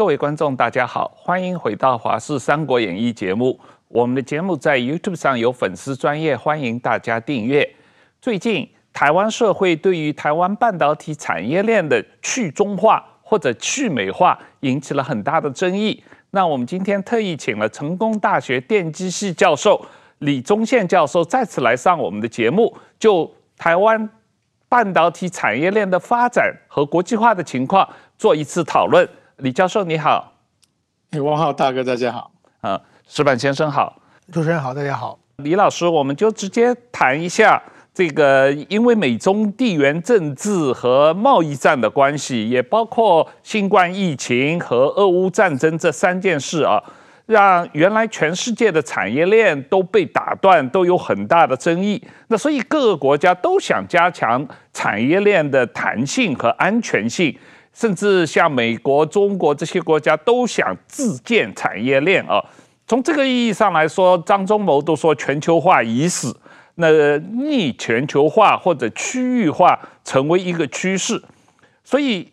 各位观众，大家好，欢迎回到《华视三国演义》节目。我们的节目在 YouTube 上有粉丝专页，欢迎大家订阅。最近，台湾社会对于台湾半导体产业链的去中化或者去美化引起了很大的争议。那我们今天特意请了成功大学电机系教授李宗宪教授再次来上我们的节目，就台湾半导体产业链的发展和国际化的情况做一次讨论。李教授你好。 汪浩大哥大家好。 石板先生好。 主持人好，大家好。 李老师，我们就直接谈一下这个，因为美中地缘政治和贸易战的关系，也包括新冠疫情和俄乌战争这三件事啊，让原来全世界的产业链都被打断，都有很大的争议。那所以各个国家都想加强产业链的弹性和安全性，甚至像美国、中国这些国家都想自建产业链啊。从这个意义上来说，张忠谋都说全球化已死，那逆全球化或者区域化成为一个趋势。所以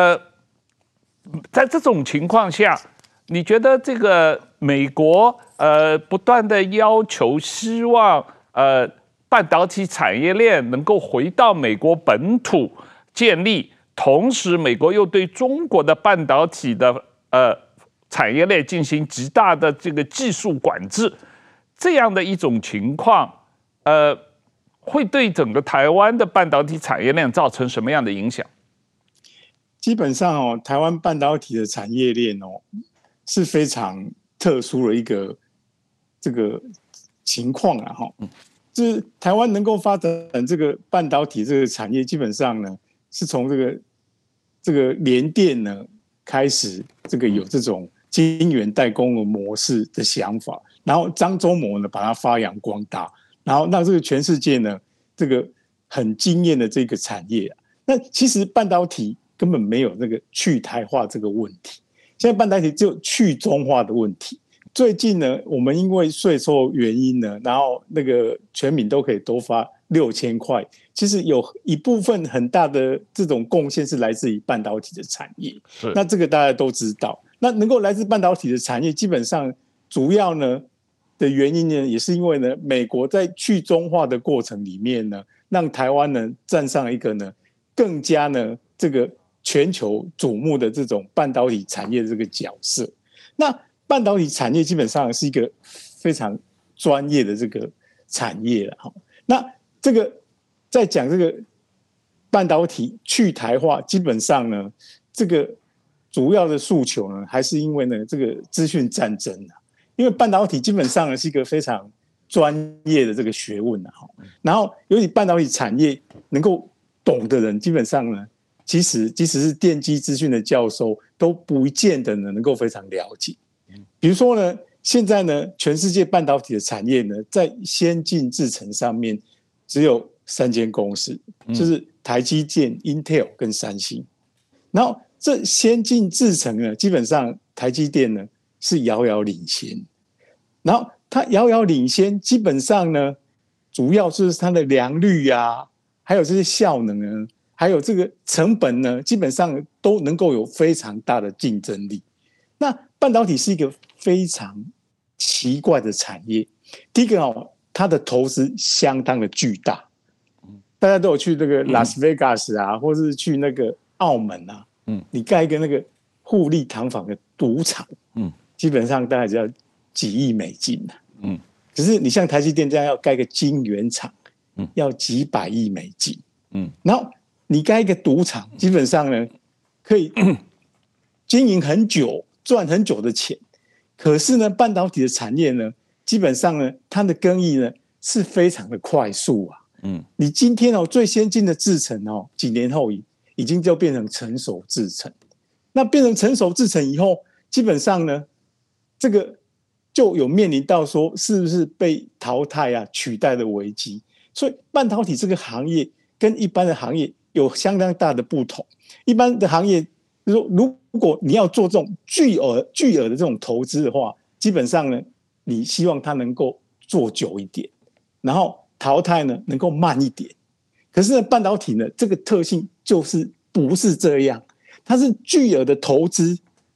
在这种情况下，你觉得这个美国不断的要求，希望半导体产业链能够回到美国本土建立，同时美国又对中国的半导体的产业链进行极大的这个技术管制，这样的一种情况，会对整个台湾的半导体产业链造成什么样的影响？ 基本上台湾半导体的产业链是非常特殊的一个这个情况啊就是台湾能够发展这个半导体这个产业，基本上呢是从这个联电呢开始，这个有这种晶圆代工的模式的想法，然后张忠谋呢把它发扬光大，然后让这个全世界呢这个很惊艳的这个产业那其实半导体根本没有那个去台化这个问题，现在半导体只有去中化的问题。最近呢，我们因为税收原因呢，然后那个全民都可以多发6000块，其实有一部分很大的这种贡献是来自于半导体的产业。那这个大家都知道。那能够来自半导体的产业，基本上主要呢的原因呢，也是因为呢，美国在去中化的过程里面呢，让台湾呢站上一个呢更加呢这个全球瞩目的这种半导体产业的这个角色。那半导体产业基本上是一个非常专业的这个产业了。那这个在讲这个半导体去台化，基本上呢，这个主要的诉求呢，还是因为呢这个资讯战争因为半导体基本上呢是一个非常专业的这个学问然后尤其半导体产业能够懂的人，基本上呢，即使是电机资讯的教授，都不见得能够非常了解。比如说呢，现在呢，全世界半导体的产业呢，在先进制程上面只有3间公司，就是台积电、Intel 跟三星。然后这先进制程呢，基本上台积电呢是遥遥领先。然后它遥遥领先，基本上呢，主要就是它的良率还有这些效能呢，还有这个成本呢，基本上都能够有非常大的竞争力。那半导体是一个非常奇怪的产业。第一个它的投资相当的巨大，大家都有去那个拉斯维加斯或是去那个澳门你盖一个那个富丽堂皇的赌场，基本上大概只要几亿美金可是你像台积电这样要盖个晶圆厂，要几百亿美金，然后你盖一个赌场，基本上呢可以经营很久，赚很久的钱。可是呢，半导体的产业呢，基本上呢，它的更替呢是非常的快速你今天最先进的制程几年后已经就变成成熟制程。那变成成熟制程以后，基本上呢，这个就有面临到说是不是被淘汰取代的危机。所以半导体这个行业跟一般的行业有相当大的不同。一般的行业就是说，如果你要做这种巨额的这种投资的话，基本上呢，你希望它能够做久一点，然后淘汰呢能够慢一点。可是呢，半导体呢这个特性就是不是这样，它是巨额的投资，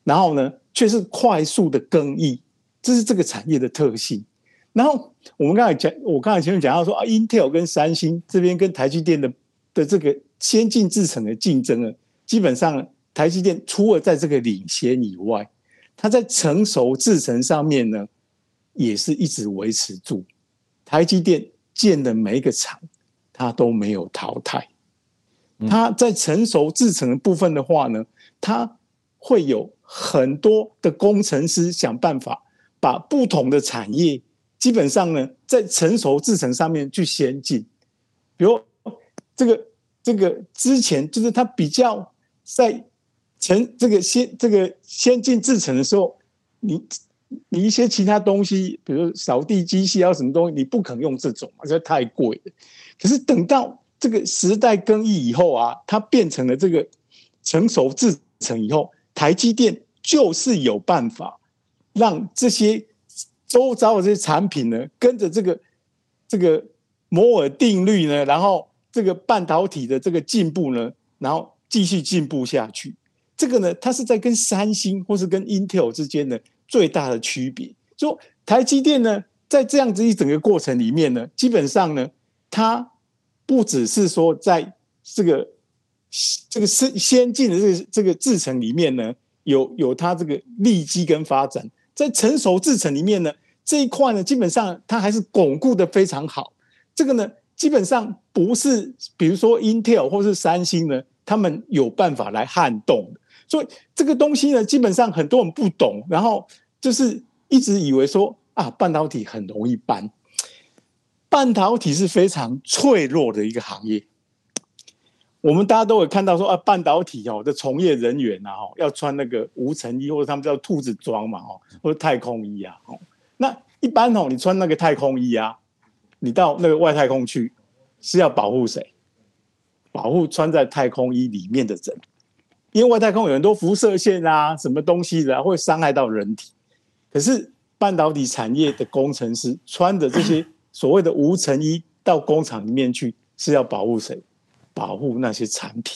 然后呢却是快速的更易，这是这个产业的特性。然后我刚才前面讲到说Intel 跟三星这边跟台积电的这个先进制程的竞争呢，基本上台积电除了在这个领先以外，它在成熟制程上面呢也是一直维持住。台积电建的每一个厂，它都没有淘汰。它在成熟制程的部分的话呢，它会有很多的工程师想办法把不同的产业基本上呢在成熟制程上面去先进。比如这个之前就是它比较在这个先进制程的时候，你一些其他东西，比如扫地机器什么东西，你不肯用这种，这太贵了。可是等到这个时代更易以后啊，它变成了这个成熟制程以后，台积电就是有办法让这些周遭的这些产品呢，跟着这个摩尔定律呢，然后这个半导体的这个进步呢，然后继续进步下去。这个呢，它是在跟三星或是跟 Intel 之间的最大的区别。就台积电呢，在这样子一整个过程里面呢，基本上呢，它不只是说在这个先进的这个制程里面呢，有它这个利基跟发展。在成熟制程里面呢，这一块呢，基本上它还是巩固的非常好。这个呢，基本上不是比如说 Intel 或是三星呢，他们有办法来撼动的。所以这个东西呢，基本上很多人不懂，然后就是一直以为说半导体很容易搬。半导体是非常脆弱的一个行业。我们大家都有看到说半导体的从业人员要穿那个无尘衣，或者他们叫兔子装嘛，或者太空衣那一般你穿那个太空衣你到那个外太空去是要保护谁？保护穿在太空衣里面的人，因为外太空有很多辐射线什么东西的会伤害到人体。可是半导体产业的工程师穿的这些所谓的无尘衣到工厂里面去是要保护谁？保护那些产品，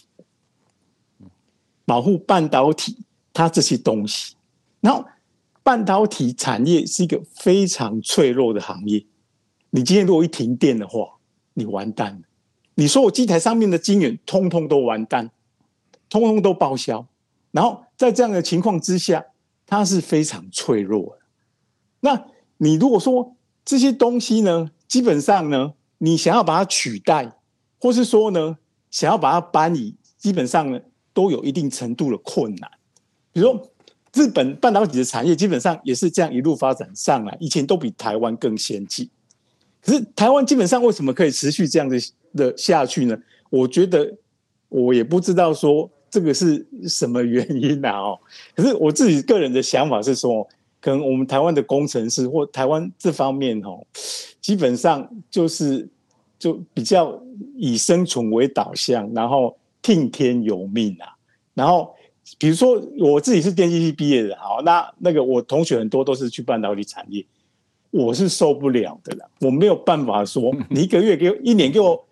保护半导体它这些东西。然后半导体产业是一个非常脆弱的行业，你今天如果一停电的话，你完蛋了，你所有机台上面的晶圆通通都完蛋，通通都报销。然后在这样的情况之下，它是非常脆弱的。那你如果说这些东西呢，基本上呢，你想要把它取代，或是说呢，想要把它搬移，基本上呢，都有一定程度的困难。比如说，日本半导体的产业基本上也是这样一路发展上来，以前都比台湾更先进。可是台湾基本上为什么可以持续这样的下去呢？我觉得我也不知道说这个是什么原因可是我自己个人的想法是说，可能我们台湾的工程师或台湾这方面基本上就比较以生存为导向，然后听天由命然后比如说我自己是电机系毕业的，那个我同学很多都是去半导体产业，我是受不了的啦，我没有办法说你一年给我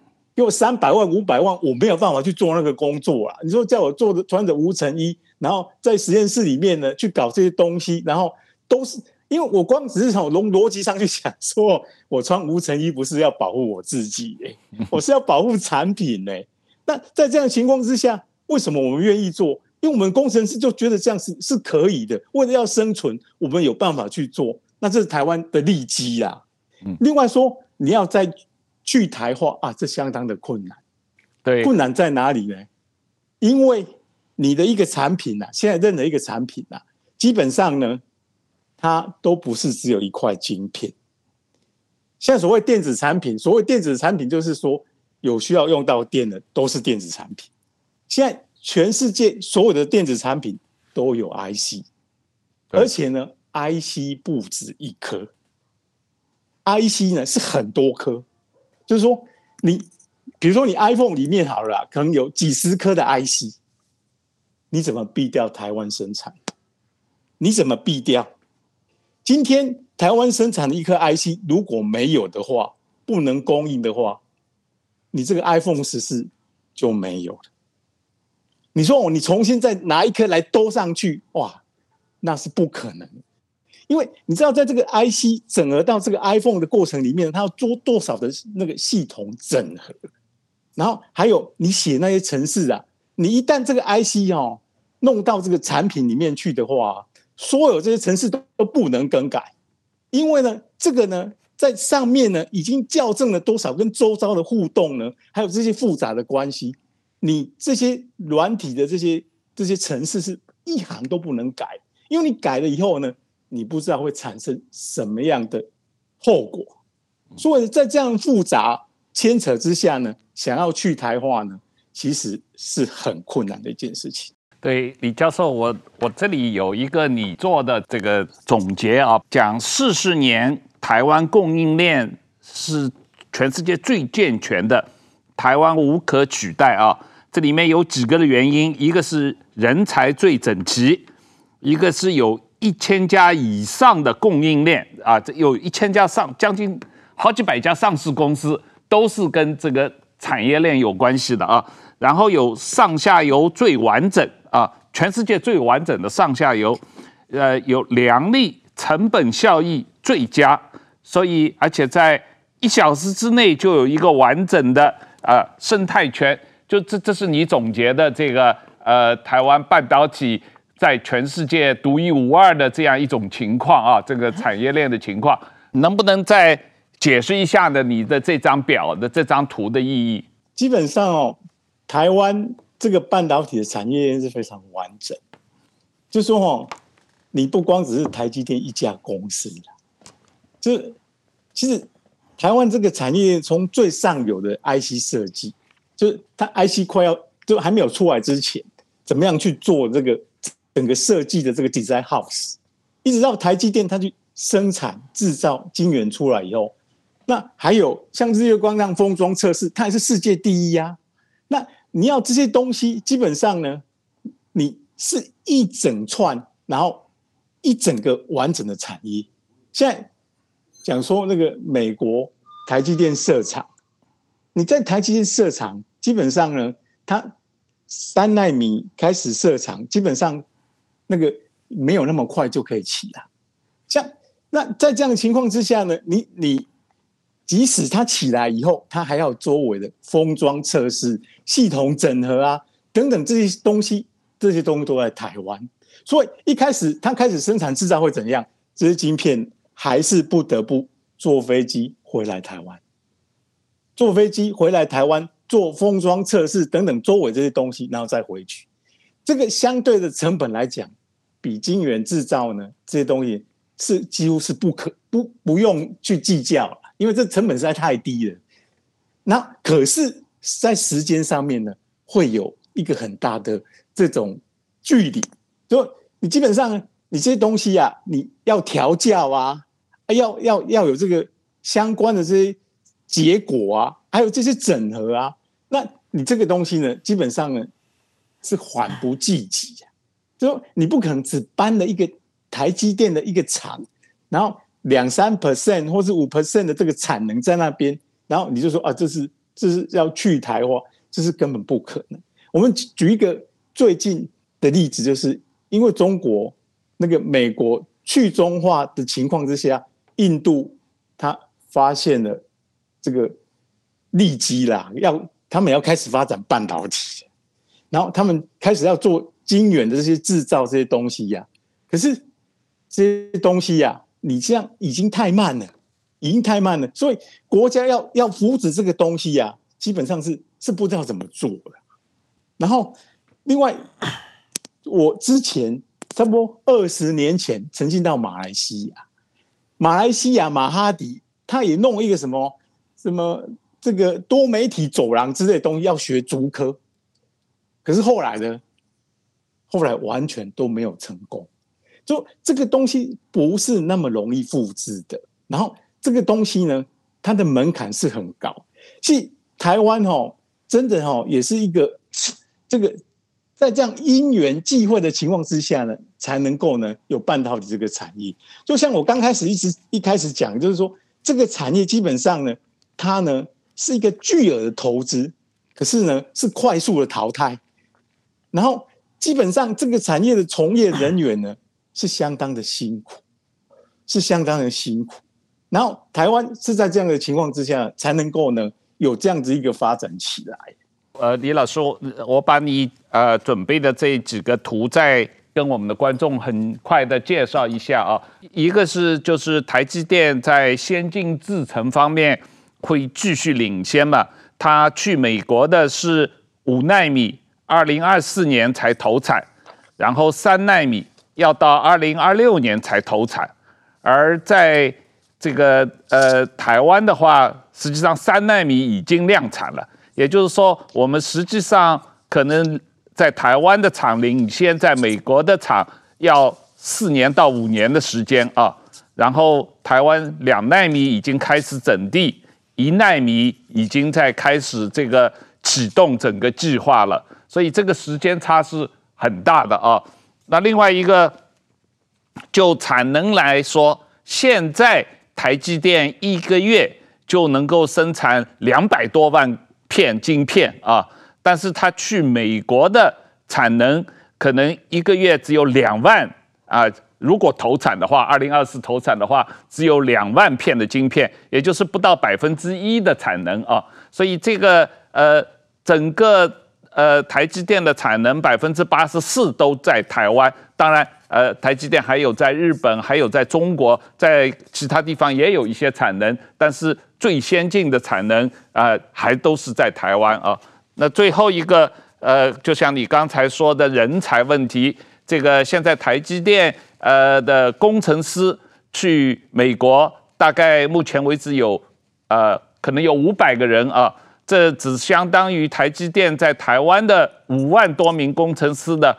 300万500万，我没有办法去做那个工作啦。你说叫我穿着无尘衣，然后在实验室里面呢去搞这些东西，然后都是因为我光只是从逻辑上去想说，我穿无尘衣不是要保护我自己我是要保护产品那在这样的情况之下，为什么我们愿意做？因为我们工程师就觉得这样是可以的，为了要生存，我们有办法去做。那这是台湾的利基啦。另外说，你要再去台化这相当的困难。 对， 困难在哪里呢？因为你的一个产品现在任何一个产品基本上呢，它都不是只有一块晶片。现在所谓电子产品，就是说有需要用到电的都是电子产品。现在全世界所有的电子产品都有 IC， 而且呢 IC 不止一颗， IC 呢是很多颗。就是说比如说你 iPhone 里面好了可能有几十颗的 IC， 你怎么避掉台湾生产？你怎么避掉？今天台湾生产的一颗 IC 如果没有的话，不能供应的话，你这个 iPhone 14就没有了。 你说你重新再拿一颗来兜上去，哇，那是不可能。因为你知道，在这个 IC 整合到这个 iPhone 的过程里面，它要做多少的那个系统整合，然后还有你写那些程式啊，你一旦这个 IC 弄到这个产品里面去的话，所有这些程式都不能更改，因为呢，这个呢在上面呢已经校正了多少跟周遭的互动呢，还有这些复杂的关系，你这些软体的这些程式是一行都不能改，因为你改了以后呢，你不知道会产生什么样的后果，所以在这样复杂牵扯之下呢，想要去台化呢，其实是很困难的一件事情。 对，李教授，我这里有一个你做的这个总结啊，讲40年台湾供应链是全世界最健全的，台湾无可取代啊。这里面有几个的原因，一个是人才最整齐，一个是有1000家以上的供应链啊，有1000家将近好几百家上市公司都是跟这个产业链有关系的啊。然后有上下游最完整啊，全世界最完整的上下游，有良率、成本效益最佳，所以而且在1小时之内就有一个完整的生态圈，就这是你总结的这个台湾半导体在全世界独一无二的这样一种情况啊，这个产业链的情况，能不能再解释一下呢？你的这张表的这张图的意义？ 基本上台湾这个半导体的产业链是非常完整，就说你不光只是台积电一家公司，就其实台湾这个产业链从最上游的 IC 设计，就是它 IC 就还没有出来之前，怎么样去做这个整个设计的这个 design house， 一直到台积电它去生产制造晶圆出来以后，那还有像日月光这样封装测试，它也是世界第一啊。那你要这些东西，基本上呢，你是一整串，然后一整个完整的产业。现在讲说那个美国台积电设厂，你在台积电设厂，基本上呢，它3奈米开始设厂，基本上那个没有那么快就可以起来。那在这样的情况之下呢，你即使它起来以后，它还要周围的封装测试、系统整合啊等等这些东西都在台湾。所以一开始它开始生产制造会怎样？这些晶片还是不得不坐飞机回来台湾，坐飞机回来台湾做封装测试等等周围这些东西，然后再回去。这个相对的成本来讲，比晶圆制造呢这些东西是几乎是不用去计较了。因为这成本实在太低了，那可是在时间上面呢，会有一个很大的这种距离。就你基本上你这些东西啊，你要调教啊，要有这个相关的这些结果啊，还有这些整合啊，那你这个东西呢，基本上呢是缓不济急啊。就你不可能只搬了一个台积电的一个厂，然后2-3% 或是5% 的这个产能在那边，然后你就说啊，这是要去台化，这是根本不可能。我们举一个最近的例子，就是因为中国那个美国去中化的情况之下，印度他发现了这个利基啦，他们要开始发展半导体，然后他们开始要做晶圆的这些制造这些东西呀，可是这些东西呀，你这样已经太慢了，所以国家要扶持这个东西呀，基本上是不知道怎么做的。然后另外，我之前差不多20年前曾经到马来西亚马哈迪，他也弄一个什么这个多媒体走廊之类的东西，要学竹科，可是后来完全都没有成功。就这个东西不是那么容易复制的，然后这个东西呢，它的门槛是很高。其实台湾真的也是一个这个在这样因缘际会的情况之下呢，才能够呢有半导体这个产业。就像我刚开始一开始讲，就是说这个产业基本上呢，它呢是一个巨额的投资，可是呢是快速的淘汰。 然后基本上这个产业的从业人员呢是相当的辛苦，是相当的辛苦。然后台湾是在这样的情况之下才能够呢有这样子一个发展起来。 李老师，我把你准备的这几个图再跟我们的观众很快的介绍一下啊。一个是就是台积电在先进制程方面会继续领先嘛，它去美国的是5奈米，2024年才投产，然后3奈米要到2026年才投产，而在这个台湾的话，实际上3奈米已经量产了，也就是说，我们实际上可能在台湾的厂领先在美国的厂要4年到5年的时间啊。然后台湾2奈米已经开始整地，1奈米已经在开始这个启动整个计划了，所以这个时间差是很大的啊。那另外一个，就产能来说，现在台积电1个月就能够生产200多万片晶片啊，但是它去美国的产能可能1个月只有2万啊，如果投产的话，2024投产的话，只有2万片的晶片，也就是不到1%的产能啊，所以这个整个台积电的产能84%都在台湾，当然台积电还有在日本，还有在中国，在其他地方也有一些产能，但是最先进的产能还都是在台湾啊。那最后一个就像你刚才说的人才问题，这个现在台积电的工程师去美国，大概目前为止有可能有500个人啊。这只相当于台积电在台湾的5万多名工程师的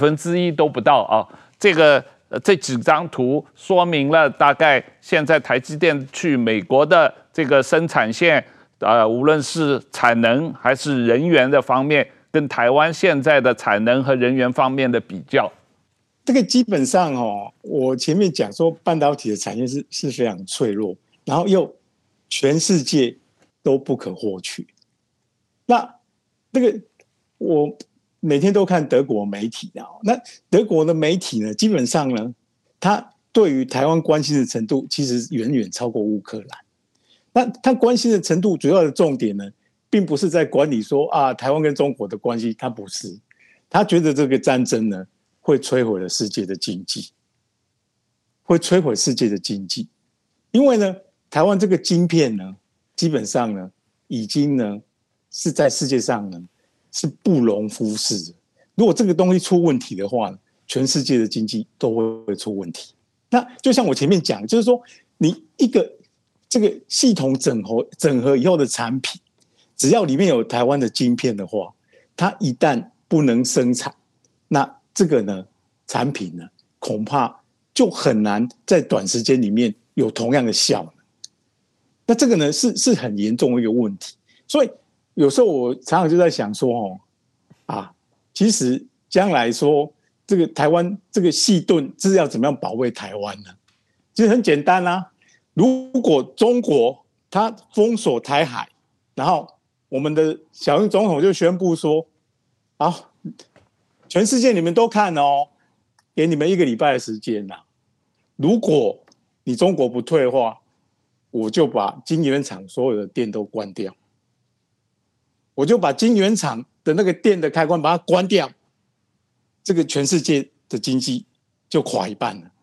1%都不到啊！这几张图说明了大概现在台积电去美国的这个生产线，无论是产能还是人员的方面，跟台湾现在的产能和人员方面的比较。 这个基本上我前面讲说半导体的产业是非常脆弱，然后又全世界都不可或缺。那这个我每天都看德国媒体啊，那德国的媒体呢，基本上呢，他对于台湾关心的程度其实远远超过乌克兰。那他关心的程度主要的重点呢，并不是在管理说台湾跟中国的关系，他不是，他觉得这个战争呢会摧毁了世界的经济，会摧毁世界的经济，因为呢，台湾这个晶片呢，基本上呢，已经呢是在世界上呢是不容忽视的。如果这个东西出问题的话，全世界的经济都会出问题。那就像我前面讲，就是说，你一个这个系统整合以后的产品，只要里面有台湾的晶片的话，它一旦不能生产，那这个呢产品呢恐怕就很难在短时间里面有同样的效能。那这个呢是很严重的一个问题。所以有时候我常常就在想说其实将来说这个台湾这个细盾是要怎么样保卫台湾呢？其实很简单啊，如果中国它封锁台海，然后我们的小英总统就宣布说，好，全世界你们都看哦，给你们1个礼拜的时间啦。如果你中国不退的话，我就把晶圆厂所有的电都关掉，我就把晶圆厂的那个电的开关把它关掉，这个全世界的经济就垮一半了。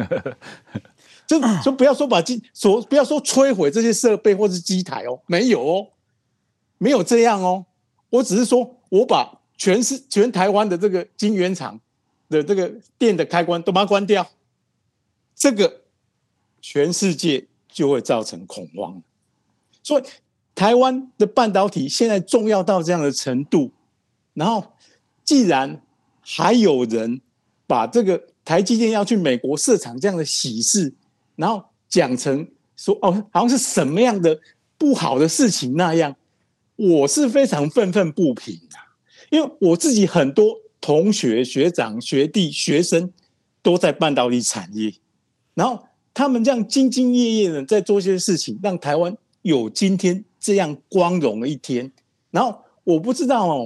就不要说不要说摧毁这些设备或是机台哦，没有哦，没有这样哦。我只是说我把全台湾的这个晶圆厂的这个电的开关都把它关掉，这个全世界就会造成恐慌。所以台湾的半导体现在重要到这样的程度，然后既然还有人把这个台积电要去美国设厂这样的喜事，然后讲成说好像是什么样的不好的事情那样，我是非常愤愤不平啊。因为我自己很多同学、学长、学弟、学生都在半导体产业，然后他们这样兢兢业业的在做些事情，让台湾有今天这样光荣的一天。然后我不知道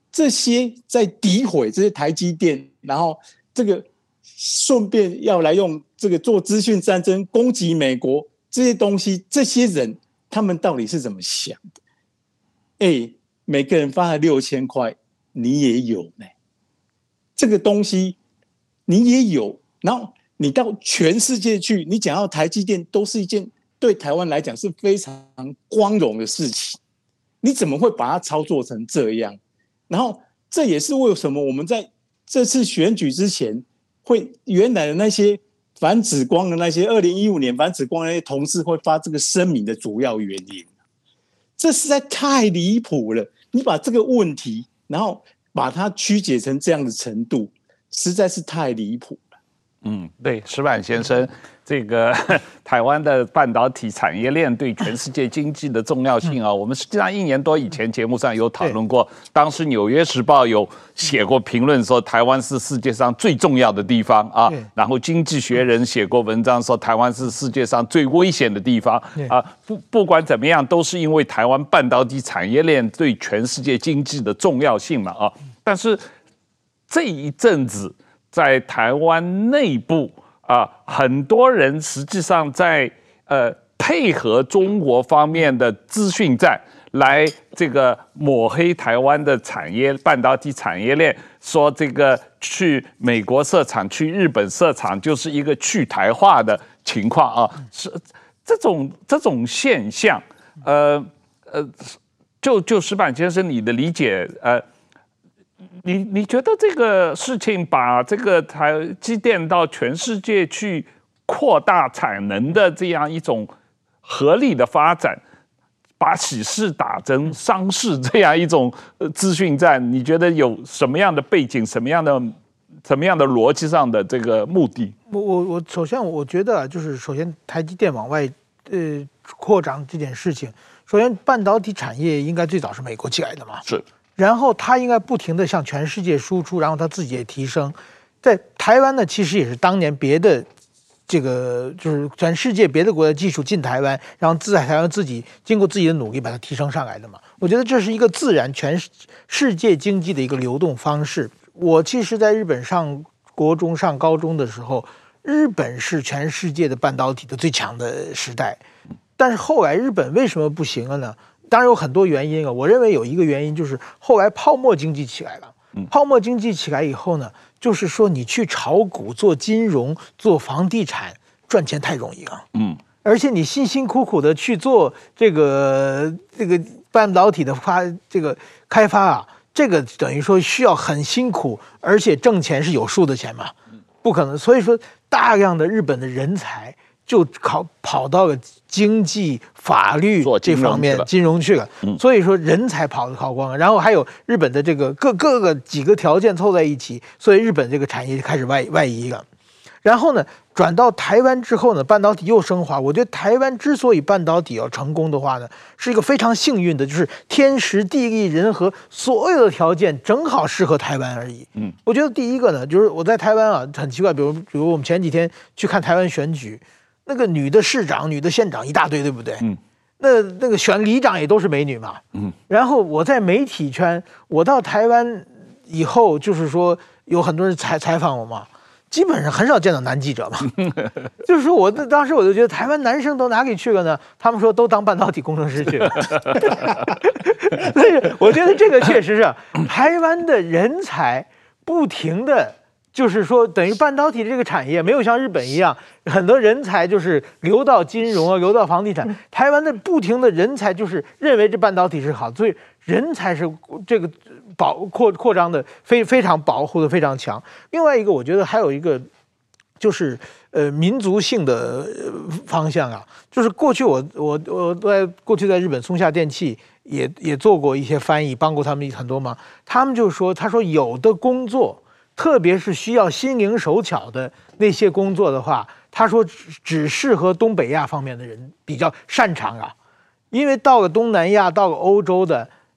这些在诋毁这些台积电，然后这个顺便要来用这个做资讯战争攻击美国这些东西，这些人他们到底是怎么想的？每个人发了6000块，你也有呢，这个东西你也有，然后你到全世界去，你讲到台积电都是一件对台湾来讲是非常光荣的事情，你怎么会把它操作成这样？然后这也是为什么我们在这次选举之前，会原来的那些反紫光的那些2015年反紫光的那些同事会发这个声明的主要原因。这实在太离谱了！你把这个问题，然后把它曲解成这样的程度，实在是太离谱了。 对，石板先生，这个台湾的半导体产业链对全世界经济的重要性啊，我们实际上1年多以前节目上有讨论过。当时《纽约时报》有写过评论说，台湾是世界上最重要的地方啊。然后《经济学人》写过文章说，台湾是世界上最危险的地方啊。不管怎么样，都是因为台湾半导体产业链对全世界经济的重要性嘛啊。但是这一阵子，在台湾内部很多人实际上在配合中国方面的资讯战，来这个抹黑台湾的半导体产业链，说这个去美国设厂、去日本设厂就是一个去台化的情况啊，是这种现象，就石板先生你的理解，你觉得这个事情把这个台积电到全世界去扩大产能的这样一种合理的发展，把喜事打成丧事这样一种资讯战，你觉得有什么样的背景，什么样的逻辑上的这个目的？ 我首先我觉得就是首先台积电往外扩张这件事情，首先半导体产业应该最早是美国起来的嘛， 是。 然后它应该不停地向全世界输出，然后它自己也提升。在台湾呢，其实也是当年别的这个就是全世界别的国家技术进台湾，然后在台湾自己经过自己的努力把它提升上来的嘛。我觉得这是一个自然全世界经济的一个流动方式。我其实在日本上国中、上高中的时候，日本是全世界的半导体的最强的时代，但是后来日本为什么不行了呢？当然有很多原因啊，我认为有一个原因就是后来泡沫经济起来了。泡沫经济起来以后呢，就是说你去炒股、做金融、做房地产，赚钱太容易了。而且你辛辛苦苦的去做这个半导体的开发啊，这个等于说需要很辛苦，而且挣钱是有数的钱嘛，不可能。所以说大量的日本的人才就跑到了经济、法律这方面金融去了，所以说人才跑光了。然后还有日本的这个各个几个条件凑在一起，所以日本这个产业开始外移了。然后呢，转到台湾之后呢，半导体又升华。我觉得台湾之所以半导体要成功的话呢，是一个非常幸运的，就是天时地利人和所有的条件正好适合台湾而已。我觉得第一个呢，就是我在台湾啊，很奇怪，比如我们前几天去看台湾选举。那个女的市长、女的县长一大堆，对不对？那个选里长也都是美女嘛。然后我在媒体圈，我到台湾以后，就是说有很多人采访我嘛，基本上很少见到男记者嘛。就是说当时我就觉得台湾男生都哪里去了呢？他们说都当半导体工程师去了。所以我觉得这个确实是台湾的人才不停的。就是说，等于半导体这个产业没有像日本一样，很多人才就是流到金融啊，流到房地产。台湾的不停的人才就是认为这半导体是好，所以人才是这个扩张的非常保护的非常强。另外一个，我觉得还有一个就是民族性的方向啊，就是过去我在日本松下电器也做过一些翻译，帮过他们很多忙。他们就说，他说有的工作。特别是需要心灵手巧的那些工作的话，他说只适合东北亚方面的人比较擅长啊，因为到了东南亚、到了欧洲的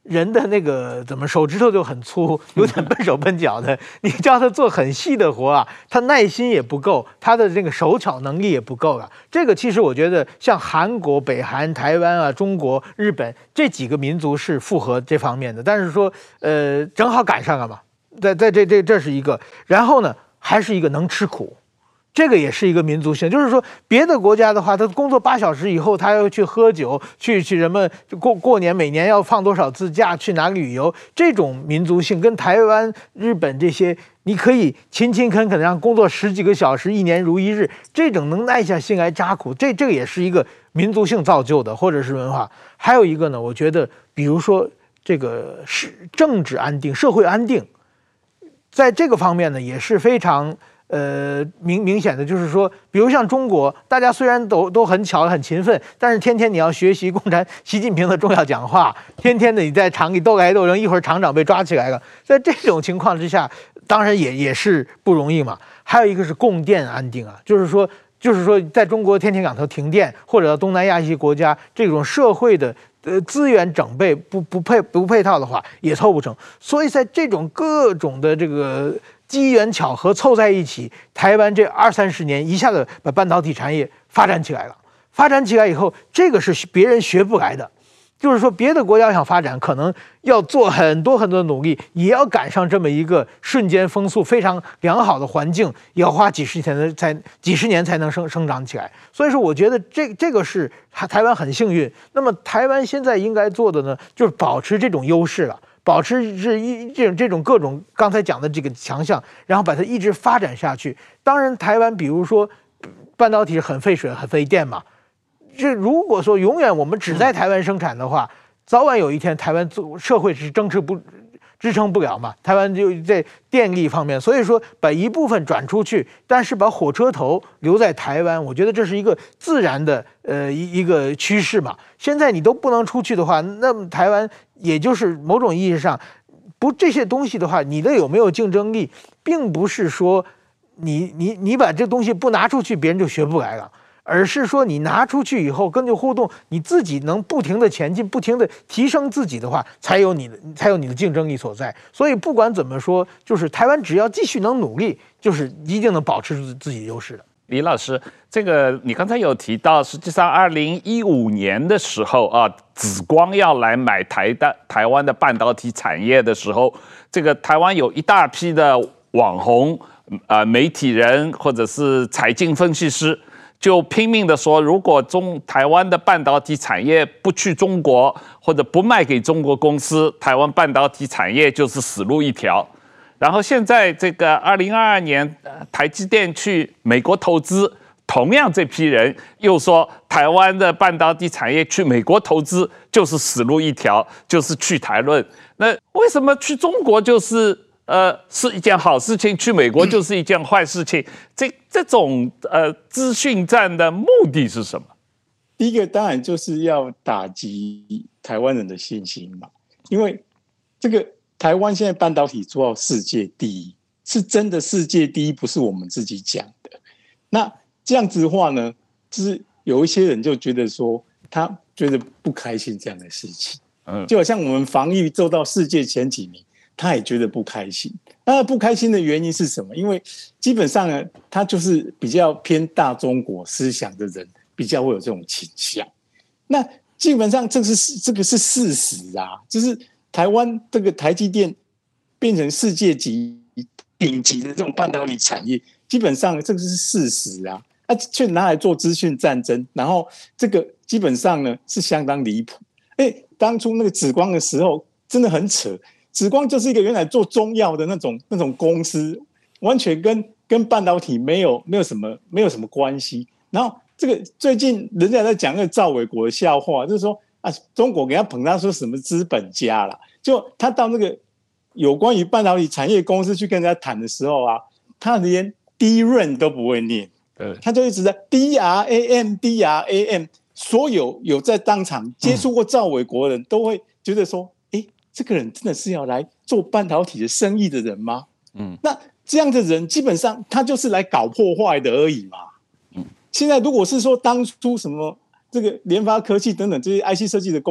人的那个怎么手指头就很粗，有点笨手笨脚的，你叫他做很细的活啊，他耐心也不够，他的这个手巧能力也不够了。这个其实我觉得像韩国、北韩、台湾啊、中国、日本这几个民族是符合这方面的，但是说正好赶上了嘛，这是一个，然后呢还是一个能吃苦。这个也是一个民族性，就是说别的国家的话，他工作8小时以后，他要去喝酒，去什么过年，每年要放多少次假，去哪里旅游，这种民族性跟台湾、日本这些，你可以勤勤恳恳让工作10几个小时，一年如一日，这种能耐下心来扎苦，这个也是一个民族性造就的，或者是文化。还有一个呢，我觉得，比如说这个是政治安定、社会安定，在这个方面呢，也是非常。明显的就是说，比如像中国，大家虽然都很巧很勤奋，但是天天你要学习习近平的重要讲话，天天的你在厂里斗来斗争，一会儿厂长被抓起来了，在这种情况之下，当然也是不容易嘛。还有一个是供电安定啊，就是说，在中国天天两头停电，或者到东南亚一些国家，这种社会的资源整备不配套的话，也凑不成。所以在这种各种的这个机缘巧合凑在一起，台湾这20-30年一下子把半导体产业发展起来了。发展起来以后，这个是别人学不来的。就是说，别的国家想发展，可能要做很多努力，也要赶上这么一个瞬间风速非常良好的环境，也要花几十年才能生长起来。所以说，我觉得这个是台湾很幸运。那么，台湾现在应该做的呢，就是保持这种优势了。保持这种各种刚才讲的这个强项，然后把它一直发展下去。当然，台湾比如说半导体是很费水、很费电嘛。这如果说永远我们只在台湾生产的话，早晚有一天台湾社会是支撑不了嘛。台湾就在电力方面，所以说把一部分转出去，但是把火车头留在台湾，我觉得这是一个自然的一个趋势嘛。现在你都不能出去的话，那么台湾也就是某种意义上这些东西的话，你的有没有竞争力，并不是说你把这东西不拿出去，别人就学不来了。而是说你拿出去以后跟着互动，你自己能不停的前进，不停的提升自己的话，才有你的竞争力所在。所以不管怎么说，就是台湾只要继续能努力，就是一定能保持住自己的优势的。 李老师，这个你刚才有提到，实际上2015年的时候啊，紫光要来买台湾的半导体产业的时候，这个台湾有一大批的网红媒体人或者是财经分析师。就拼命的说，如果台湾的半导体产业不去中国，或者不卖给中国公司，台湾半导体产业就是死路一条。然后现在这个2022年，台积电去美国投资，同样这批人又说台湾的半导体产业去美国投资就是死路一条，就是去台论。那为什么去中国就是一件好事情，去美国就是一件坏事情？这种资讯战的目的是什么？ 第一个当然就是要打击台湾人的信心嘛，因为这个台湾现在半导体做到世界第一，是真的世界第一，不是我们自己讲的。那这样子的话呢，就是有一些人就觉得说，他觉得不开心这样的事情，就好像我们防疫做到世界前几名。他也觉得不开心，那不开心的原因是什么？因为基本上呢，他就是比较偏大中国思想的人，比较会有这种倾向。那基本上这个是事实啊，就是台湾这个台积电变成世界级顶级的这种半导体产业，基本上这个是事实啊，却拿来做资讯战争，然后这个基本上呢是相当离谱。当初那个紫光的时候真的很扯。紫光就是一个原来做中药的那种公司，完全跟半导体没有什么关系。然后这个最近人家在讲那个赵伟国的笑话，就是说中国给他捧他说什么资本家啦，就他到那个有关于半导体产业公司去跟人家谈的时候啊，他连 DRAM 都不会念，他就一直在 DRAM， 所有在当场接触过赵伟国的人都会觉得说。这个人真的是要来做半导体的生意的人吗？那这样的人基本上他就是来搞破坏的而已嘛。现在如果是说当初什么这个联发科技等等这些 IC 设计的公司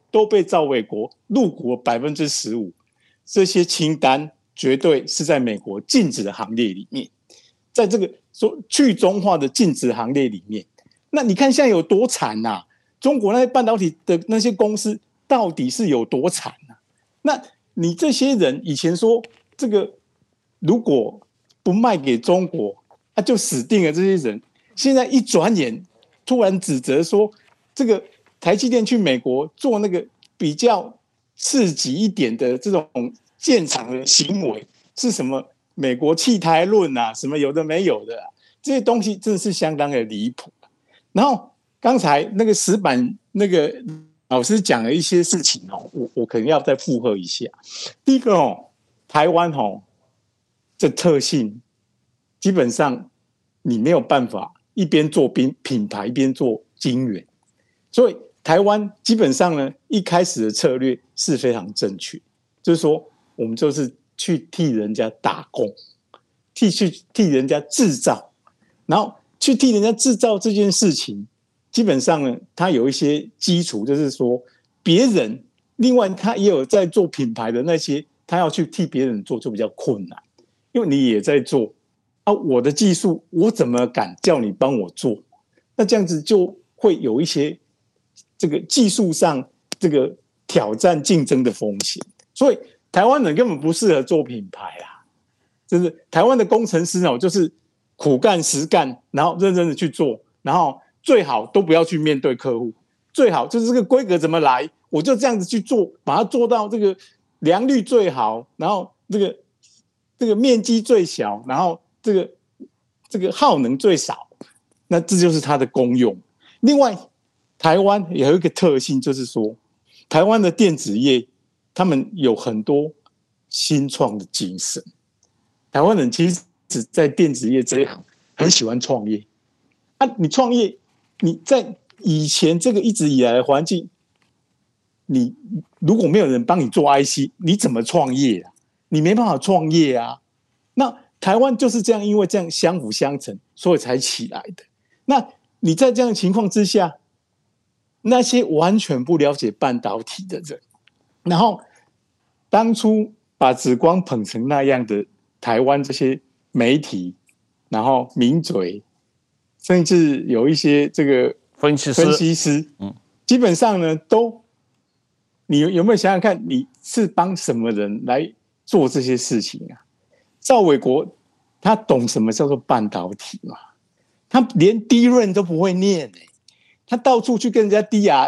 都被赵伟国入股了15%，这些清单绝对是在美国禁止的行列里面，在这个说去中化的禁止行列里面。那你看现在有多惨啊？中国那些半导体的那些公司到底是有多惨啊？那你这些人以前说这个如果不卖给中国，就死定了。这些人现在一转眼，突然指责说，这个台积电去美国做那个比较刺激一点的这种建厂的行为，是什么美国弃台论啊，什么有的没有的这些东西真的是相当的离谱。然后刚才那个石板那个老师讲了一些事情我可能要再附和一下。第一个台湾这特性，基本上你没有办法一边做品牌一边做晶圆，所以台湾基本上呢一开始的策略是非常正确，就是说我们就是去替人家打工，替人家制造，然后去替人家制造这件事情，基本上呢它有一些基础，就是说别人另外他也有在做品牌的那些，他要去替别人做就比较困难，因为你也在做我的技术我怎么敢叫你帮我做？那这样子就会有一些这个技术上这个挑战竞争的风险，所以台湾人根本不适合做品牌就是台湾的工程师就是苦干实干，然后认真的去做，然后最好都不要去面对客户，最好就是这个规格怎么来，我就这样子去做，把它做到这个良率最好，然后这个面积最小，然后这个耗能最少，那这就是它的功用。另外，台湾有一个特性，就是说台湾的电子业他们有很多新创的精神。台湾人其实在电子业这一行很喜欢创业你创业，你在以前这个一直以来的环境，你如果没有人帮你做 IC， 你怎么创业你没办法创业那台湾就是这样，因为这样相辅相成，所以才起来的。那你在这样的情况之下，那些完全不了解半导体的人，然后当初把紫光捧成那样的台湾这些媒体，然后名嘴，甚至有一些这个分析师，基本上呢你有没有想想看，你是帮什么人来做这些事情赵伟国他懂什么叫做半导体吗？他连 DRAM 都不会念他到处去跟人家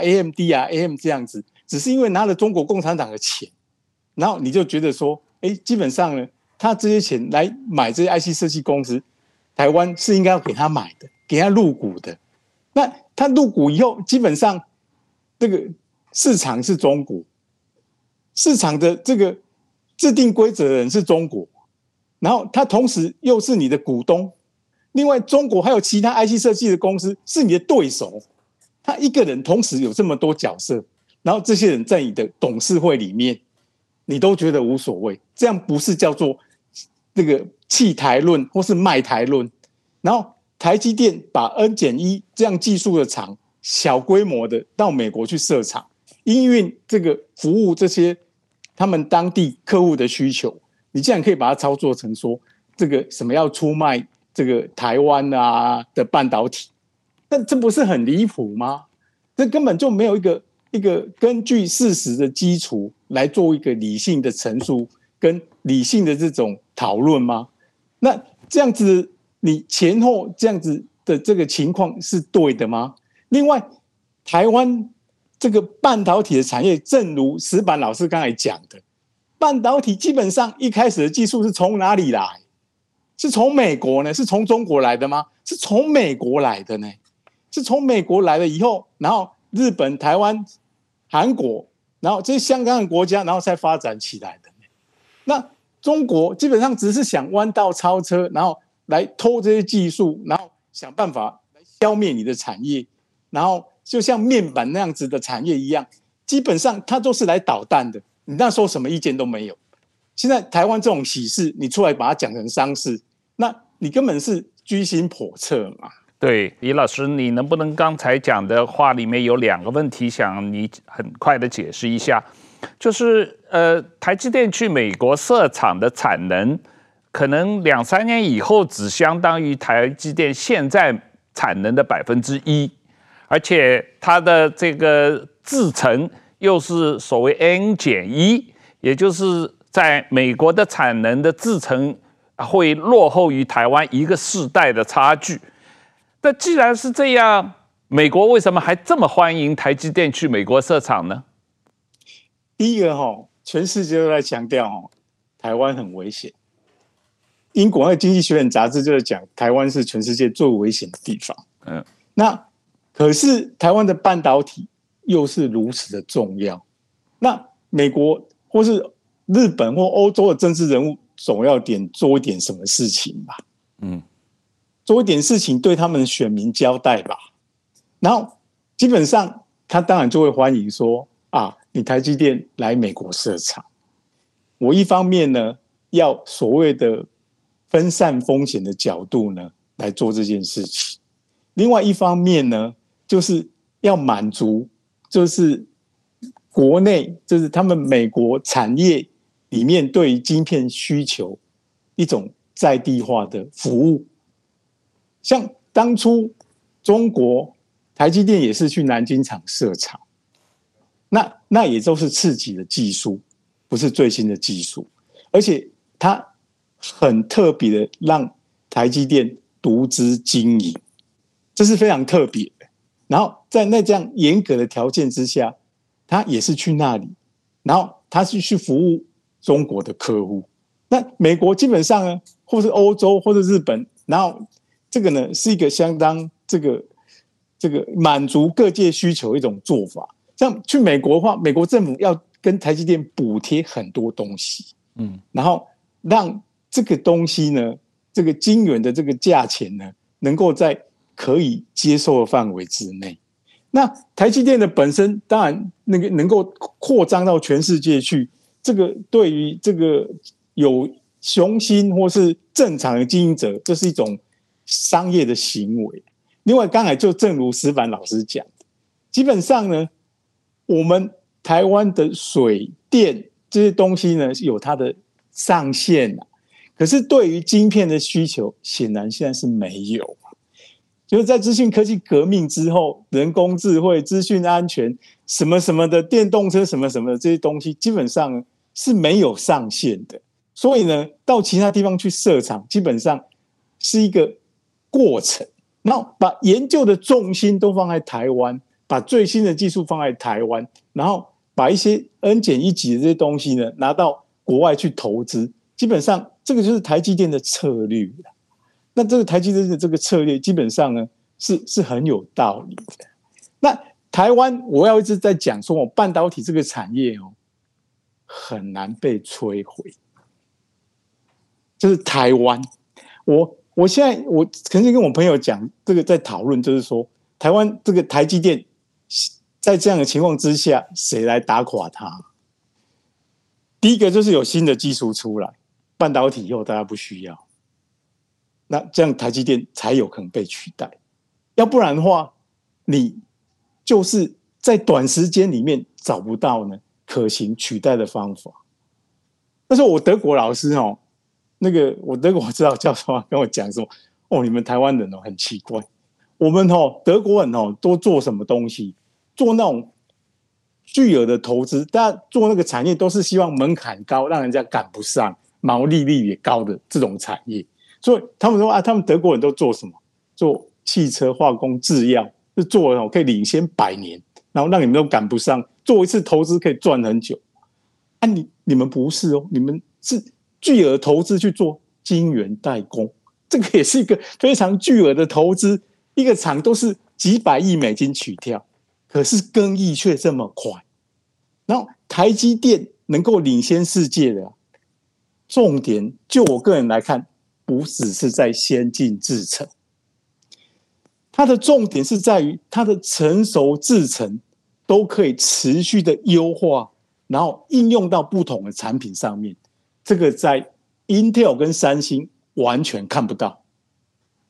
DRAM 这样子，只是因为拿了中国共产党的钱，然后你就觉得说，基本上呢，他这些钱来买这些 IC 设计公司，台湾是应该要给他买的，给他入股的。那他入股以后，基本上这个市场是中国，市场的这个制定规则的人是中国，然后他同时又是你的股东。另外，中国还有其他 IC 设计的公司是你的对手，他一个人同时有这么多角色，然后这些人在你的董事会里面，你都觉得无所谓，这样不是叫做这个弃台论或是卖台论？然后台积电把 N-1 这样技术的厂小规模的到美国去设厂，因应这个服务这些他们当地客户的需求，你竟然可以把它操作成说这个什么要出卖这个台湾的半导体，那这不是很离谱吗？这根本就没有一个根据事实的基础来做一个理性的陈述跟理性的这种讨论吗？那这样子你前后这样子的这个情况是对的吗？另外，台湾这个半导体的产业，正如石板老师刚才讲的，半导体基本上一开始的技术是从哪里来？是从美国呢？是从中国来的吗？是从美国来的呢？是从美国来了以后，然后日本、台湾、韩国，然后这些相关的国家，然后才发展起来的。那中国基本上只是想弯道超车，然后来偷这些技术，然后想办法来消灭你的产业，然后就像面板那样子的产业一样，基本上它都是来捣蛋的。你那时候什么意见都没有。现在台湾这种喜事，你出来把它讲成丧事，那你根本是居心叵测嘛。 对，李老师，你能不能刚才讲的话里面有2个问题，想你很快的解释一下？就是台积电去美国设厂的产能，可能2、3年以后只相当于台积电现在产能的1%，而且它的这个制程又是所谓 N-1，也就是在美国的产能的制程会落后于台湾1个世代的差距。那既然是这样，美国为什么还这么欢迎台积电去美国设厂呢？ 第一个全世界都在强调台湾很危险。英国的《经济学人》杂志就在讲，台湾是全世界最危险的地方。那可是台湾的半导体又是如此的重要，那美国或是日本或欧洲的政治人物总要做一点什么事情吧？做一点事情对他们的选民交代吧。然后基本上他当然就会欢迎说你台积电来美国设厂，我一方面呢要所谓的分散风险的角度呢来做这件事情，另外一方面呢就是要满足就是国内就是他们美国产业里面对于晶片需求一种在地化的服务。像当初中国台积电也是去南京厂设厂，那也都是次级的技术，不是最新的技术，而且它很特别的让台积电独资经营，这是非常特别的。然后在那这样严格的条件之下，他也是去那里，然后他是去服务中国的客户。那美国基本上呢，或是欧洲或是日本，然后这个呢是一个相当这个满足各界需求的一种做法。像去美国的话，美国政府要跟台积电补贴很多东西，然后让这个东西呢，这个晶圆的这个价钱呢，能够在可以接受的范围之内。那台积电的本身当然能够扩张到全世界去，这个对于这个有雄心或是正常的经营者，这是一种商业的行为。另外，刚才就正如石板老师讲的，基本上呢，我们台湾的水电这些东西呢，有它的上限可是对于晶片的需求，显然现在是没有。就是在资讯科技革命之后，人工智慧、资讯安全什么什么的，电动车什么什么的这些东西，基本上是没有上限的。所以呢，到其他地方去设厂，基本上是一个过程。然后把研究的重心都放在台湾，把最新的技术放在台湾，然后把一些 N-1级的这些东西呢，拿到国外去投资。基本上，这个就是台积电的策略。那这个台积电的这个策略，基本上呢是很有道理的。那台湾，我要一直在讲说，半导体这个产业很难被摧毁。就是台湾，我现在我曾经跟我朋友讲，这个在讨论，就是说台湾这个台积电在这样的情况之下，谁来打垮它？第一个就是有新的技术出来，半导体以后大家不需要。那这样台积电才有可能被取代，要不然的话，你就是在短时间里面找不到呢可行取代的方法。那时候我德国老师我德国指导教授跟我讲说，你们台湾人很奇怪，我们德国人都做什么东西？做那种巨额的投资，大家做那个产业都是希望门槛高，让人家赶不上，毛利率也高的这种产业。所以他们说他们德国人都做什么？做汽车、化工、制药，就做可以领先100年，然后让你们都赶不上，做一次投资可以赚很久。你们不是你们是巨额投资去做晶圆代工，这个也是一个非常巨额的投资，一个厂都是几百亿美金起跳，可是更易却这么快。然后台积电能够领先世界的重点，就我个人来看，不只是在先进制程，它的重点是在于它的成熟制程都可以持续的优化，然后应用到不同的产品上面。这个在 Intel 跟三星完全看不到。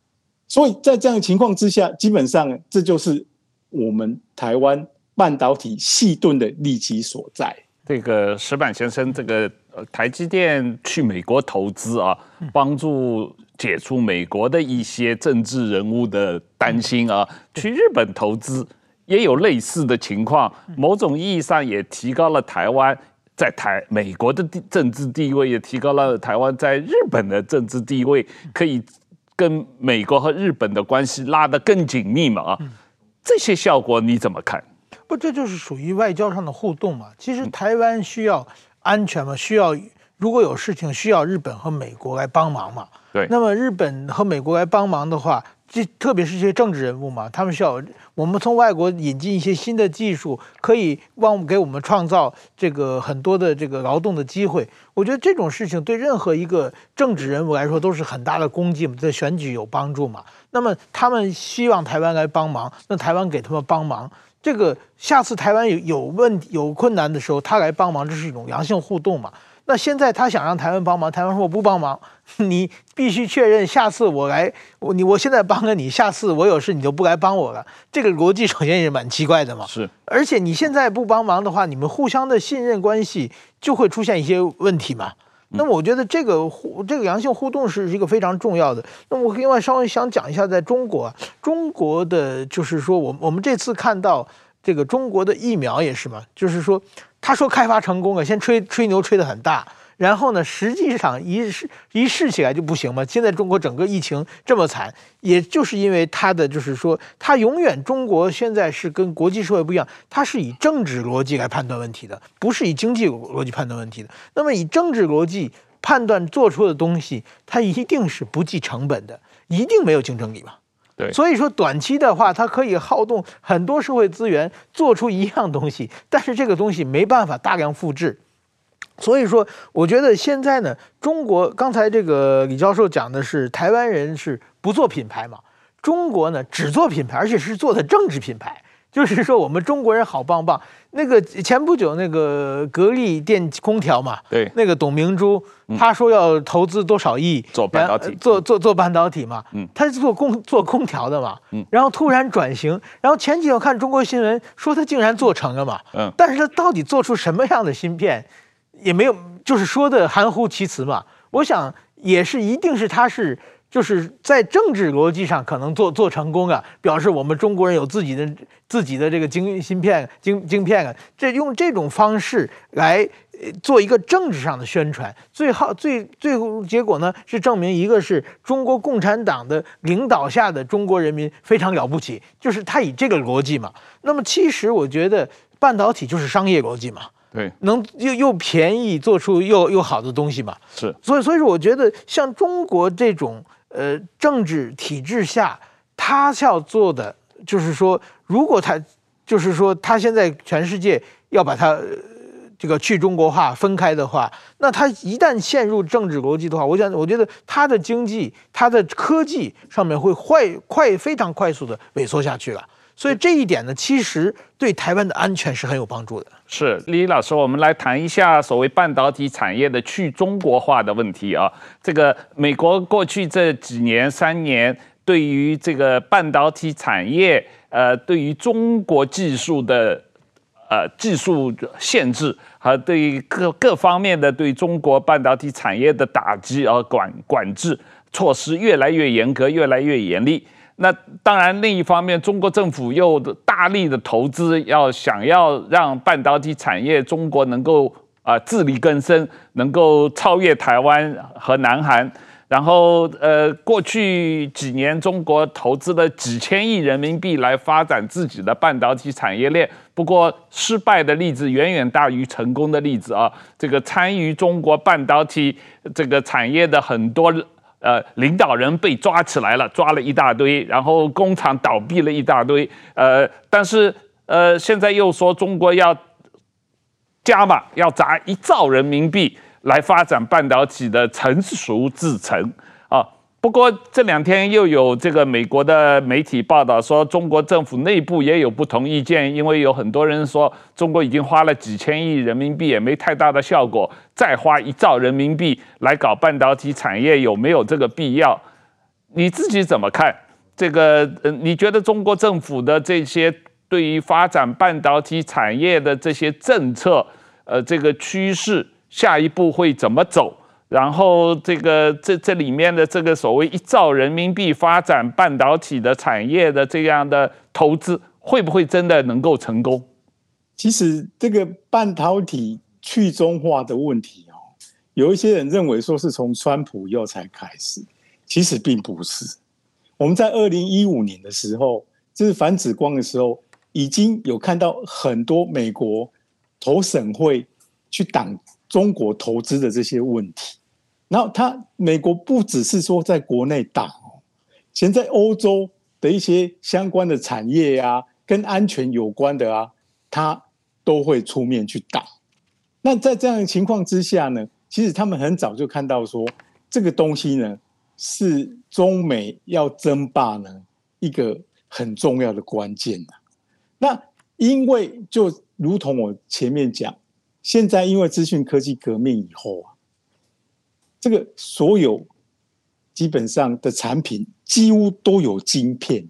所以在这样的情况之下，基本上这就是我们台湾半导体细盾的利基所在。 这个石板先生，这个台积电去美国投资啊，帮助解除美国的一些政治人物的担心啊，去日本投资也有类似的情况，某种意义上也提高了台湾在美国的政治地位，也提高了台湾在日本的政治地位，可以跟美国和日本的关系拉得更紧密嘛啊，这些效果你怎么看？ 不，这就是属于外交上的互动嘛。其实台湾需要安全嘛，需要如果有事情需要日本和美国来帮忙嘛。 对， 那么日本和美国来帮忙的话，特别是这些政治人物嘛，他们需要我们从外国引进一些新的技术，可以给我们创造这个很多的这个劳动的机会。我觉得这种事情对任何一个政治人物来说都是很大的功绩嘛，对选举有帮助嘛。那么他们希望台湾来帮忙，那台湾给他们帮忙。这个下次台湾有问题有困难的时候，他来帮忙，这是一种良性互动嘛。那现在他想让台湾帮忙，台湾说我不帮忙，你必须确认下次我来，我现在帮了你，下次我有事你就不来帮我了。这个逻辑首先也是蛮奇怪的嘛。 是， 而且你现在不帮忙的话，你们互相的信任关系就会出现一些问题嘛。那么我觉得这个良性互动是一个非常重要的。那我另外稍微想讲一下，在中国的就是说，我们这次看到这个中国的疫苗也是嘛，就是说他说开发成功了，先吹牛吹得很大，然后呢，实际上一试起来就不行嘛。现在中国整个疫情这么惨，也就是因为他的就是说，他永远中国现在是跟国际社会不一样，他是以政治逻辑来判断问题的，不是以经济逻辑判断问题的。那么以政治逻辑判断做出的东西，它一定是不计成本的，一定没有竞争力嘛。 对， 所以说短期的话，它可以耗动很多社会资源做出一样东西，但是这个东西没办法大量复制。所以说，我觉得现在呢，中国刚才这个李教授讲的是台湾人是不做品牌嘛，中国呢只做品牌，而且是做的政治品牌。就是说我们中国人好棒棒。那个前不久那个格力电空调嘛， 对， 那个董明珠他说要投资多少亿做半导体， 做半导体嘛，他是做空调的嘛，然后突然转型，然后前几天我看中国新闻说他竟然做成了嘛，但是他到底做出什么样的芯片也没有，就是说的含糊其辞嘛。我想也是一定是他是。就是在政治逻辑上可能做成功啊，表示我们中国人有自己的这个芯片啊，用这种方式来做一个政治上的宣传，最后结果呢是证明一个是中国共产党的领导下的中国人民非常了不起，就是他以这个逻辑嘛。那么其实我觉得半导体就是商业逻辑嘛。 对， 能又便宜做出又好的东西嘛。 是， 所以说我觉得像中国这种政治体制下，他要做的就是说，如果他就是说他现在全世界要把它这个去中国化分开的话，那他一旦陷入政治逻辑的话，我觉得他的经济、他的科技上面会非常快速的萎缩下去了。所以这一点呢，其实对台湾的安全是很有帮助的。 是，李老师，我们来谈一下所谓半导体产业的去中国化的问题啊。这个美国过去这几年3年，对于这个半导体产业，对于中国技术的技术限制和对于各方面的对中国半导体产业的打击管制措施越来越严格，越来越严厉。那当然，另一方面，中国政府又大力的投资，想要让半导体产业中国能够自力更生，能够超越台湾和南韩。然后过去几年，中国投资了几千亿人民币来发展自己的半导体产业链。不过，失败的例子远远大于成功的例子啊！这个参与中国半导体这个产业的很多。领导人被抓起来了，抓了一大堆，然后工厂倒闭了一大堆，但是现在又说中国要加码，要砸1兆人民币来发展半导体的成熟制程啊。不过这2天又有这个美国的媒体报道说，中国政府内部也有不同意见，因为有很多人说中国已经花了几千亿人民币，也没太大的效果，再花1兆人民币来搞半导体产业，有没有这个必要？你自己怎么看？ 这个你觉得中国政府的这些对于发展半导体产业的这些政策，这个趋势下一步会怎么走？然后这里面的这个所谓1兆人民币发展半导体的产业的这样的投资，会不会真的能够成功？ 其实这个半导体去中化的问题有一些人认为说是从川普以后才开始，其实并不是。我们在2015年的时候，就是反指光的时候，已经有看到很多美国投审会去挡中国投资的这些问题。然后美国不只是说在国内挡，现在欧洲的一些相关的产业啊，跟安全有关的啊，它都会出面去挡。那在这样的情况之下呢，其实他们很早就看到说，这个东西呢是中美要争霸呢一个很重要的关键。那因为就如同我前面讲，现在因为资讯科技革命以后这个所有基本上的产品几乎都有晶片，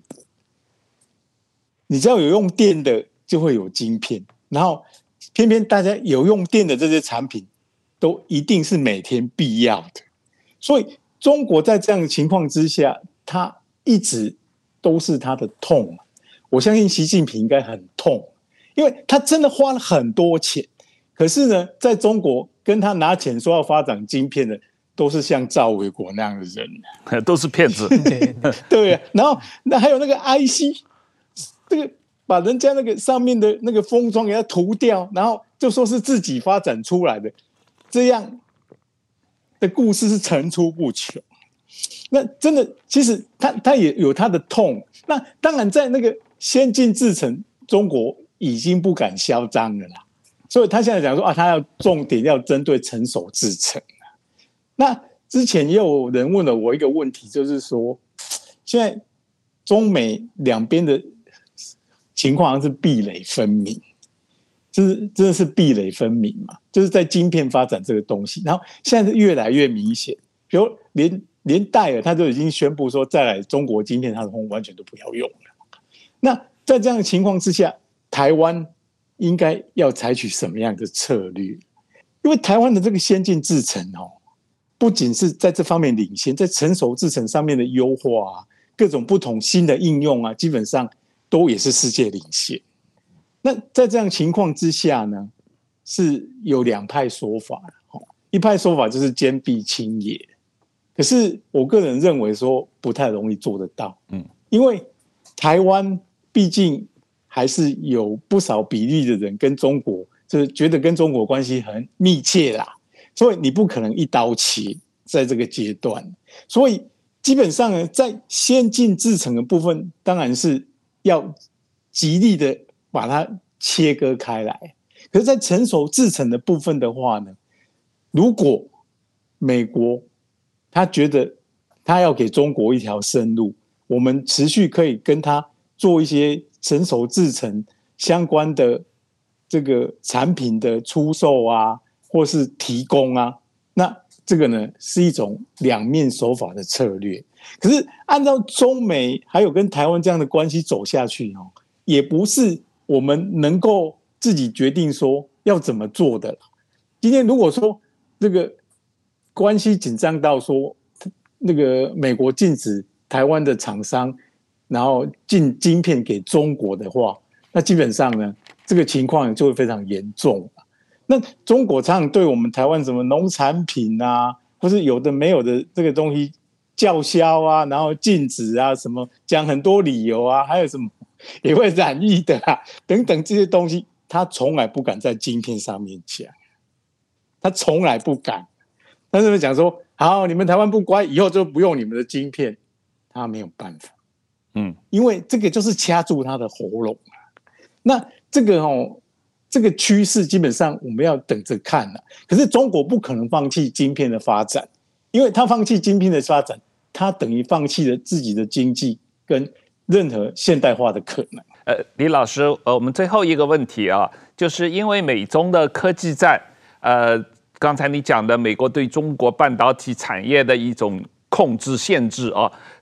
你只要有用电的就会有晶片，然后偏偏大家有用电的这些产品都一定是每天必要的，所以中国在这样的情况之下，它一直都是它的痛。我相信习近平应该很痛，因为他真的花了很多钱，可是呢，在中国跟他拿钱说要发展晶片的，都是像赵伟国那样的人， 都是骗子。 对啊，然后那还有那个 IC， 这个把人家那个上面的那个封装给它涂掉，然后就说是自己发展出来的，这样的故事是层出不穷。那真的，其实他也有他的痛。那当然，在那个先进制程，中国已经不敢嚣张了啦。所以他现在讲说他要重点要针对成熟制程。那之前也有人问了我一个问题，就是说，现在中美两边的情况好像是壁垒分明，就是真的是壁垒分明嘛？就是在晶片发展这个东西，然后现在是越来越明显，比如连戴尔他就已经宣布说，再来中国晶片他完全都不要用了。那在这样的情况之下，台湾应该要采取什么样的策略？因为台湾的这个先进制程不仅是在这方面领先，在成熟制程上面的优化各种不同新的应用基本上都也是世界领先。那在这样情况之下呢，是有2派说法。一派说法就是坚壁清野，可是我个人认为说不太容易做得到。因为台湾毕竟还是有不少比例的人跟中国就是觉得跟中国关系很密切啦，所以你不可能一刀切在这个阶段。所以基本上呢，在先进制程的部分，当然是要极力的把它切割开来。可是，在成熟制程的部分的话呢，如果美国他觉得他要给中国一条生路，我们持续可以跟他做一些成熟制程相关的这个产品的出售或是提供那这个呢是一种两面手法的策略。可是按照中美还有跟台湾这样的关系走下去也不是我们能够自己决定说要怎么做的。今天如果说这个关系紧张到说那个美国禁止台湾的厂商然后进晶片给中国的话，那基本上呢这个情况就会非常严重。那中国常常对我们台湾什么农产品或是有的没有的这个东西叫嚣然后禁止什么讲很多理由还有什么也会染疫的等等这些东西，他从来不敢在晶片上面讲，他从来不敢。但是讲说好，你们台湾不乖，以后就不用你们的晶片，他没有办法。因为这个就是掐住他的喉咙。那这个趋势基本上我们要等着看可是中国不可能放弃晶片的发展，因为他放弃晶片的发展，他等于放弃了自己的经济跟任何现代化的可能。 李老师，我们最后一个问题就是因为美中的科技战，刚才你讲的美国对中国半导体产业的一种控制限制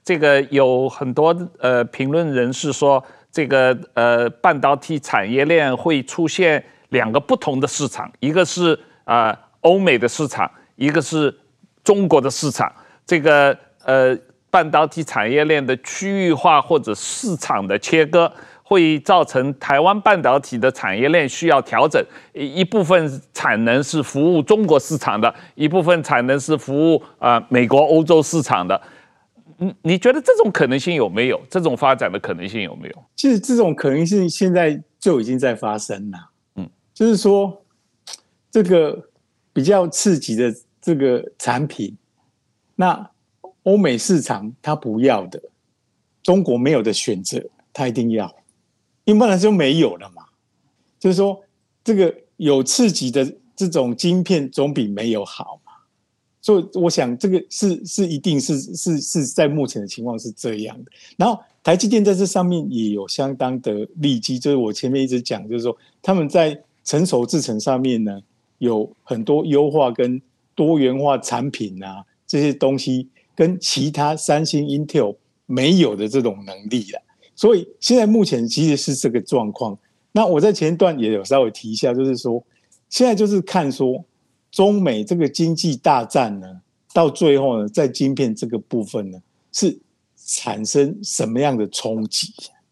这个有很多评论人士说，这个半导体产业链会出现2个不同的市场，一个是欧美的市场，一个是中国的市场。这个半导体产业链的区域化或者市场的切割，会造成台湾半导体的产业链需要调整，一部分产能是服务中国市场的，一部分产能是服务美国、欧洲市场的。你觉得这种可能性有没有？这种发展的可能性有没有？ 其实这种可能性现在就已经在发生了。就是说这个比较刺激的这个产品，那欧美市场它不要的，中国没有的选择，它一定要。因为不然就没有了嘛。就是说，这个有刺激的这种晶片总比没有好嘛。所以我想这个是一定是在目前的情况是这样的。然后台积电在这上面也有相当的利基，就是我前面一直讲，就是说他们在成熟制程上面呢有很多优化跟多元化产品啊，这些东西跟其他三星、Intel 没有的这种能力啦。所以现在目前其实是这个状况。那我在前段也有稍微提一下，就是说现在就是看说中美这个经济大战呢，到最后呢，在晶片这个部分呢，是产生什么样的冲击？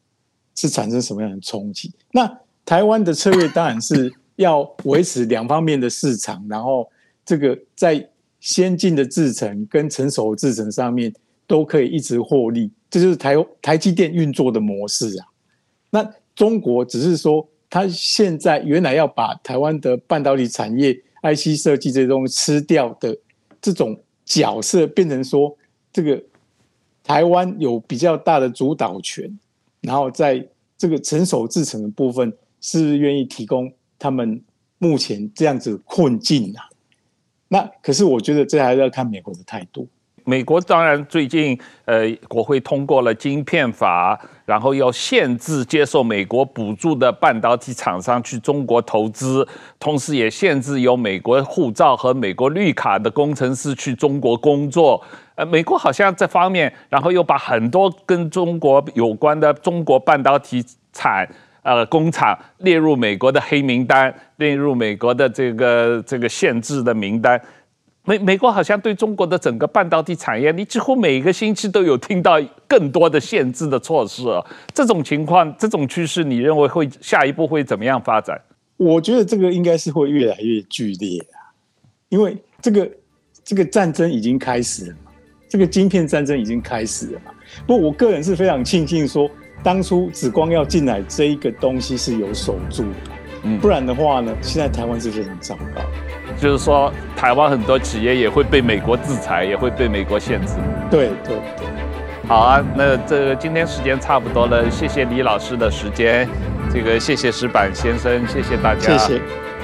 那台湾的策略当然是要维持2方面的市场，然后这个在先进的制程跟成熟的制程上面都可以一直获利，这就是台积电运作的模式啊。那中国只是说，它现在原来要把台湾的半导体产业、IC 设计这些东西吃掉的这种角色，变成说这个台湾有比较大的主导权，然后在这个成熟制程的部分，是不是愿意提供他们目前这样子困境啊？那可是我觉得这还是要看美国的态度。 美国当然最近国会通过了晶片法，然后要限制接受美国补助的半导体厂商去中国投资，同时也限制有美国护照和美国绿卡的工程师去中国工作。美国好像这方面，然后又把很多跟中国有关的中国半导体工厂列入美国的黑名单，列入美国的这个限制的名单。美国好像对中国的整个半导体产业，你几乎每个星期都有听到更多的限制的措施。这种情况，这种趋势，你认为下一步会怎么样发展？ 我觉得这个应该是会越来越剧烈啊，因为这个战争已经开始了嘛，这个晶片战争已经开始了嘛。不过我个人是非常庆幸说，当初紫光要进来这一个东西是有守住的，不然的话呢，现在台湾是非常糟糕。 就是说，台湾很多企业也会被美国制裁，也会被美国限制。 对。 好啊，那今天时间差不多了，谢谢李老师的时间，谢谢石板先生，谢谢大家， 谢谢。